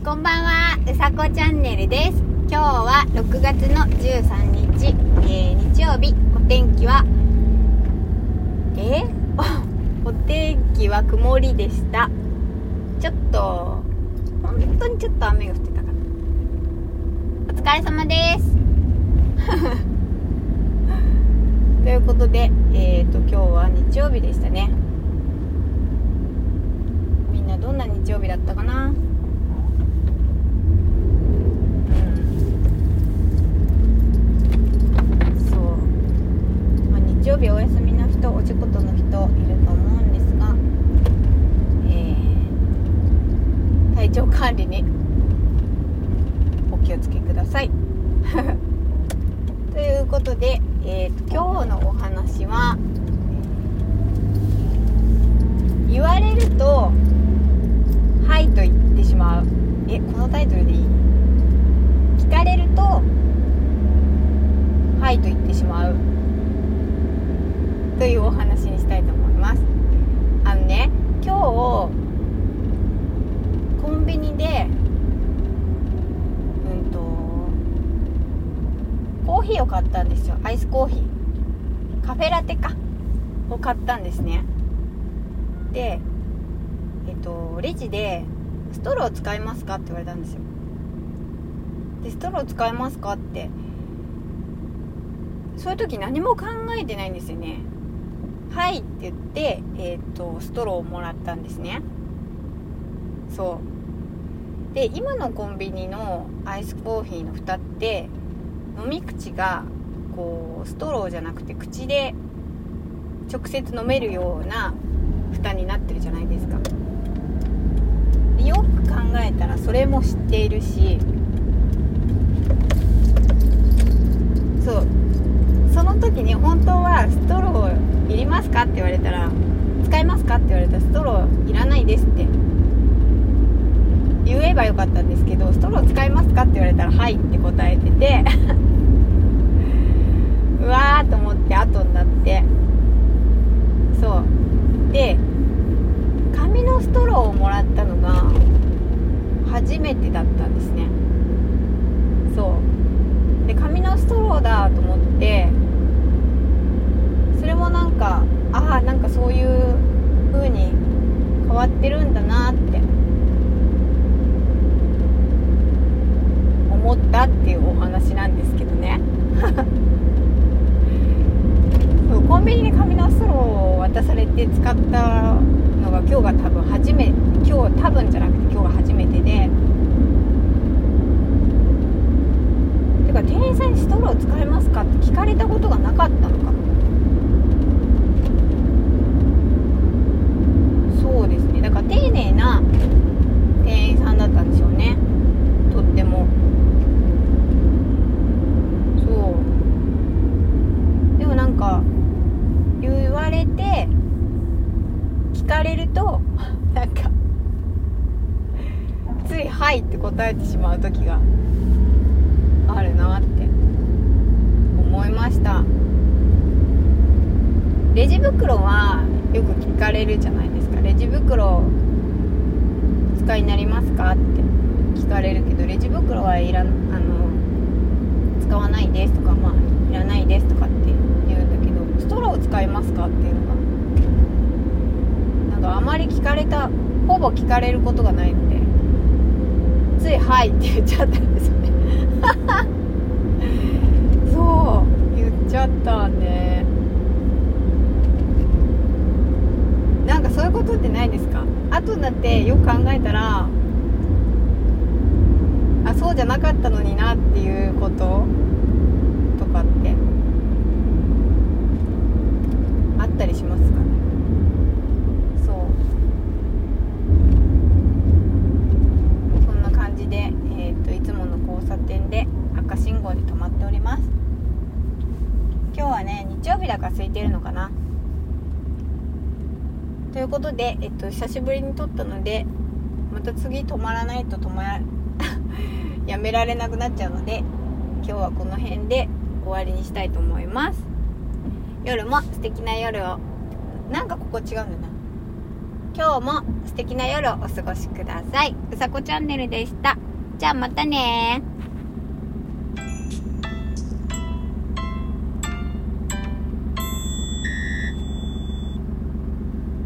こんばんは、うさこチャンネルです。今日は6月の13日、日曜日。お天気はお天気は曇りでした。ちょっと本当にちょっと雨が降ってたかな。お疲れ様ですということで、今日は日曜日でしたね。みんなどんな日曜日だったかな。日曜日お休みの人、お仕事の人いると思うんですが、体調管理にお気をつけくださいということで、今日のお話は、言われるとはいと言ってしまう。このタイトルでいい？聞かれるとはいと言ってしまうというお話にしたいと思います。今日コンビニでコーヒーを買ったんですよ。アイスコーヒー、カフェラテを買ったんですね。で、レジでストロー使いますかって言われたんですよ。で、ストロー使いますかって、そういう時何も考えてないんですよね。はいって言って、ストローをもらったんですね。そうで、今のコンビニのアイスコーヒーの蓋って飲み口がこうストローじゃなくて口で直接飲めるような蓋になってるじゃないですか。で、よく考えたらそれも知っているし、その時に本当はストローいりますかって言われたら、使いますかって言われたらストローいらないですって言えばよかったんですけど、ストロー使いますかって言われたらはいって答えててうわーと思って後になって、そうで、紙のストローをもらったのが初めてだったんですね。そうで、紙のストローだと思って、それもなんかそういう風に変わってるんだなって思ったっていうお話なんですけどねそう、コンビニで紙のストローを渡されて使ったのが今日が多分初めてで、てか店員さんにストロー使えますかって聞かれたことがなかったのかも。そうですね、だから丁寧な店員さんだったんでしょうね、とっても。そうでもなんか言われて聞かれるとなんかついはいって答えてしまう時があるなって思いました。レジ袋はよく聞かれるじゃないですか。レジ袋お使いになりますかって聞かれるけど、レジ袋は使わないですとか、いらないですとかって言うんだけど、ストロー使いますかっていうのがなんかあまりほぼ聞かれることがないので、ついはいって言っちゃったんですよねそう言っちゃったね。なんかそういうことってないですか？後になってよく考えたら、そうじゃなかったのになっていうこととかってあったりしますかね。そんな感じで、いつもの交差点で赤信号で止まっております。今日はね、日曜日だから空いてるのかな。ということで、久しぶりに撮ったので、また次止まらないとやめられなくなっちゃうので、今日はこの辺で終わりにしたいと思います。夜も素敵な夜を。なんかここ違うんだな。 今日も素敵な夜をお過ごしください。うさこチャンネルでした。じゃあまたね。